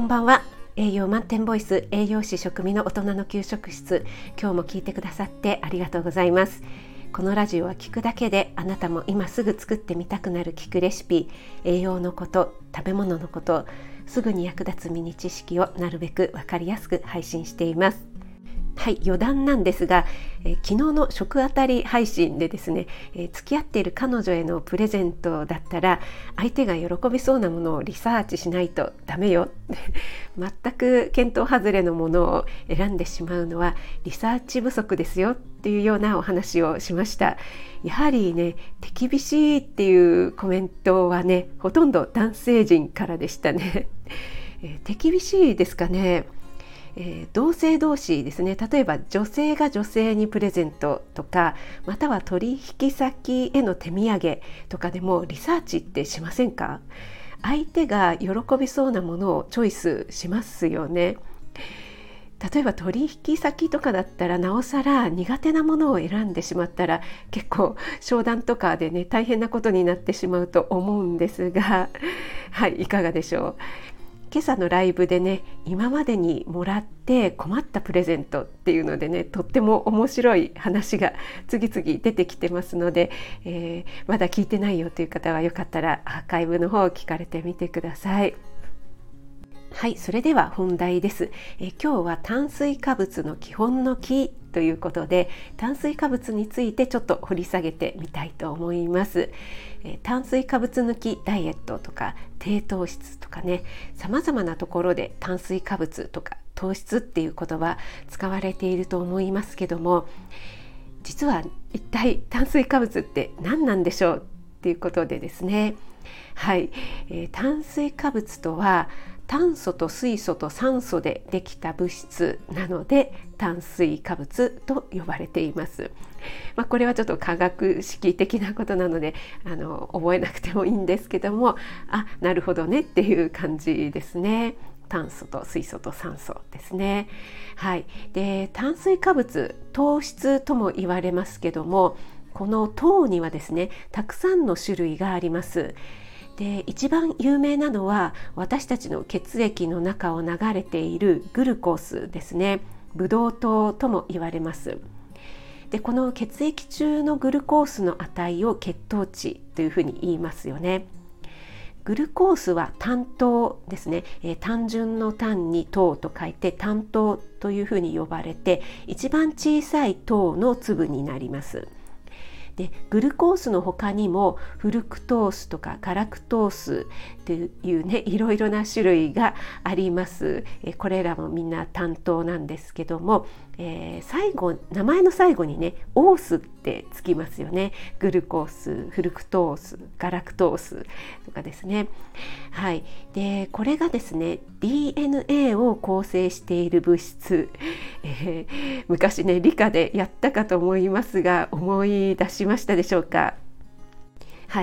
んばんは。栄養満点ボイス栄養士食味の大人の給食室、今日も聞いてくださってありがとうございます。このラジオは聞くだけであなたも今すぐ作ってみたくなる聞くレシピ、栄養のこと、食べ物のこと、すぐに役立つミニ知識をなるべく分かりやすく配信しています。はい、余談なんですが、昨日の食あたり配信でですね、付き合っている彼女へのプレゼントだったら相手が喜びそうなものをリサーチしないとダメよ全く見当外れのものを選んでしまうのはリサーチ不足ですよっていうようなお話をしました。やはりね、手厳しいっていうコメントはね、ほとんど男性陣からでしたね。手厳しいですかね。同性同士ですね。例えば女性が女性にプレゼントとか、または取引先への手土産とかでもリサーチってしませんか？相手が喜びそうなものをチョイスしますよね。例えば取引先とかだったらなおさら苦手なものを選んでしまったら結構商談とかでね、大変なことになってしまうと思うんですが、はい、いかがでしょう。今朝のライブでね、今までにもらって困ったプレゼントっていうのでね、とっても面白い話が次々出てきてますので、まだ聞いてないよという方はよかったらアーカイブの方を聞かれてみてください。はい、それでは本題です。今日は炭水化物の基本の基ということで、炭水化物についてちょっと掘り下げてみたいと思います。炭水化物抜きダイエットとか低糖質とかね、様々なところで炭水化物とか糖質っていう言葉使われていると思いますけども、実は一体炭水化物って何なんでしょうっていうことでですね、はい、炭水化物とは炭素と水素と酸素でできた物質なので炭水化物と呼ばれています。これはちょっと科学式的なことなので覚えなくてもいいんですけども、なるほどねっていう感じですね。炭素と水素と酸素ですね。はい。で、炭水化物、糖質とも言われますけども、この糖にはですね、たくさんの種類があります。で、一番有名なのは私たちの血液の中を流れているグルコースですね。ブドウ糖とも言われます。で、この血液中のグルコースの値を血糖値というふうに言いますよね。グルコースは単糖ですね。単純の単に糖と書いて単糖というふうに呼ばれて、一番小さい糖の粒になります。で、グルコースの他にもフルクトースとかガラクトースというね、いろいろな種類があります。これらもみんな単糖なんですけども、名前の最後にね、オースってつきますよね。グルコース、フルクトース、ガラクトースとかですね。はい。で、これがですね、DNA を構成している物質、昔ね、理科でやったかと思いますが、思い出しましたでしょうか。はい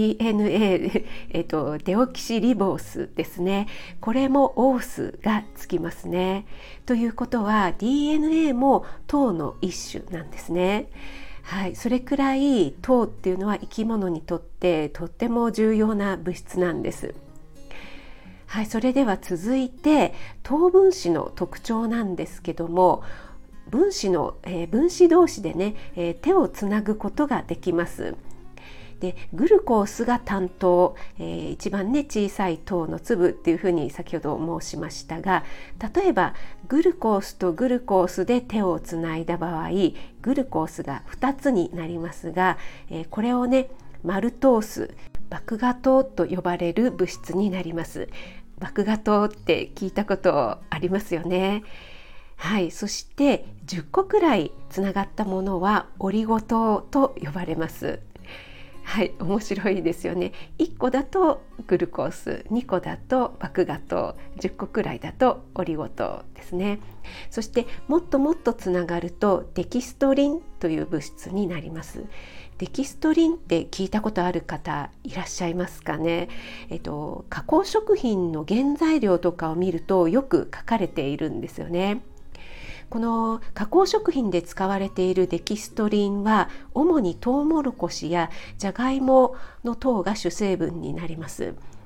、DNA、デオキシリボースですね。これもオースがつきますね。ということは DNA も糖の一種なんですね。はい、それくらい糖っていうのは生き物にとってとっても重要な物質なんです。はい、それでは続いて糖分子の特徴なんですけども、分子同士でね、手をつなぐことができます。で、グルコースが単糖、一番ね、小さい糖の粒っていうふうに先ほど申しましたが、例えばグルコースとグルコースで手をつないだ場合、グルコースが2つになりますが、これをね、マルトース、麦芽糖と呼ばれる物質になります。麦芽糖って聞いたことありますよね。はい、そして10個くらいつながったものはオリゴ糖と呼ばれます。はい、面白いですよね。1個だとグルコース、2個だと麦芽糖、10個くらいだとオリゴ糖ですね。そしてもっともっとつながるとデキストリンという物質になります。デキストリンって聞いたことある方いらっしゃいますかね。加工食品の原材料とかを見るとよく書かれているんですよね。この加工食品で使われているデキストリンは主にトウモロコシやジャガイモの糖が主成分になります。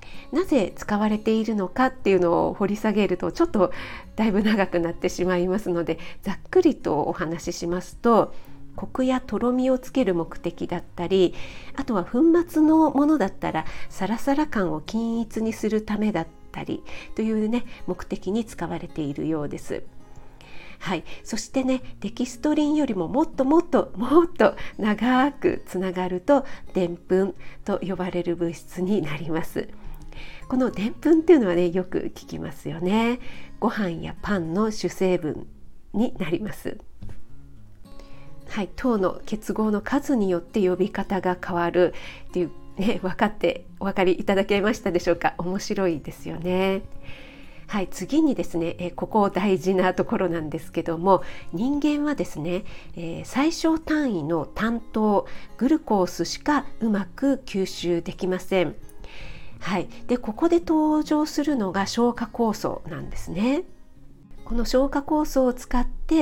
なぜ使われているのかっていうのを掘り下げるとちょっとだいぶ長くなってしまいますので、ざっくりとお話ししますと、コクやとろみをつける目的だったり、あとは粉末のものだったらサラサラ感を均一にするためだったりというね、目的に使われているようです。はい、そしてね、デキストリンよりももっと長くつながるとでんぷんと呼ばれる物質になります。このでんぷんっていうのはね、よく聞きますよね。ご飯やパンの主成分になります。はい、糖の結合の数によって呼び方が変わるっていうね、お分かりいただけましたでしょうか。面白いですよね。はい、次にですね、ここ大事なところなんですけども、人間はですね、最小単位の単糖グルコースしかうまく吸収できません。はい、でここで登場するのが消化酵素なんですね。この消化酵素を使って、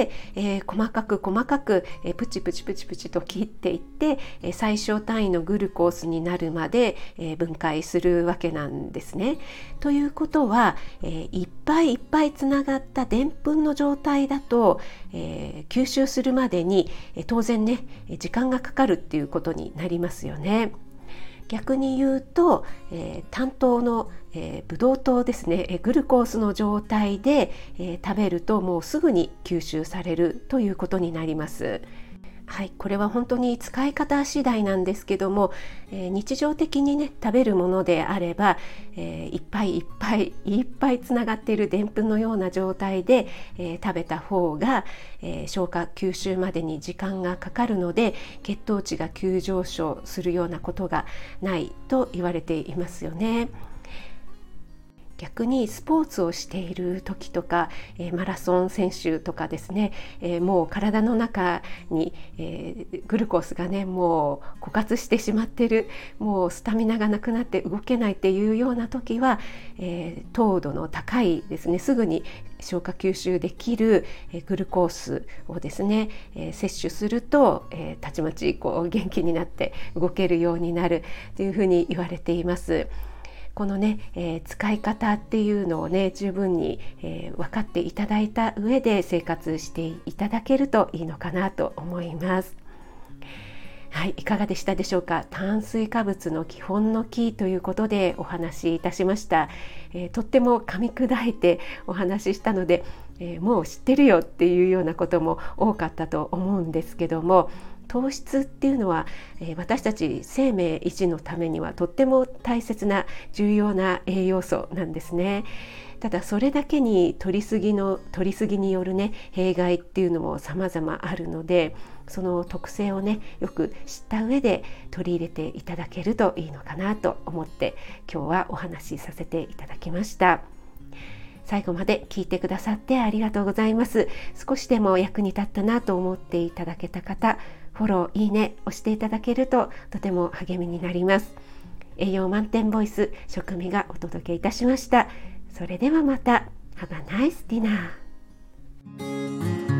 細かく、プチプチと切っていって、最小単位のグルコースになるまで、分解するわけなんですね。ということは、いっぱいつながったでんぷんの状態だと、吸収するまでに、当然ね時間がかかるっていうことになりますよね。逆に言うと、単糖の、ブドウ糖ですね、グルコースの状態で、食べるともうすぐに吸収されるということになります。はい、これは本当に使い方次第なんですけども、日常的にね食べるものであれば、いっぱいつながっているでんぷんのような状態で、食べた方が、消化吸収までに時間がかかるので、血糖値が急上昇するようなことがないと言われていますよね。逆にスポーツをしている時とか、マラソン選手とかですね、もう体の中に、グルコースがねもう枯渇してしまっている、もうスタミナがなくなって動けないっていうような時は、糖度の高いですね、すぐに消化吸収できる、グルコースをですね、摂取すると、たちまち元気になって動けるようになるというふうに言われています。このね、使い方っていうのをね十分に、分かっていただいた上で生活していただけるといいのかなと思います。はい、いかがでしたでしょうか。炭水化物の基本のキーということでお話しいたしました。とっても噛み砕いてお話ししたので、もう知ってるよっていうようなことも多かったと思うんですけども、糖質っていうのは、私たち生命維持のためにはとっても大切な重要な栄養素なんですね。ただそれだけに摂りすぎによるね弊害っていうのも様々あるので、その特性をねよく知った上で取り入れていただけるといいのかなと思って今日はお話しさせていただきました。最後まで聞いてくださってありがとうございます。少しでも役に立ったなと思っていただけた方、フォロー、いいね押していただけるととても励みになります。栄養満点ボイス、食味がお届けいたしました。それではまた。Have a nice dinner.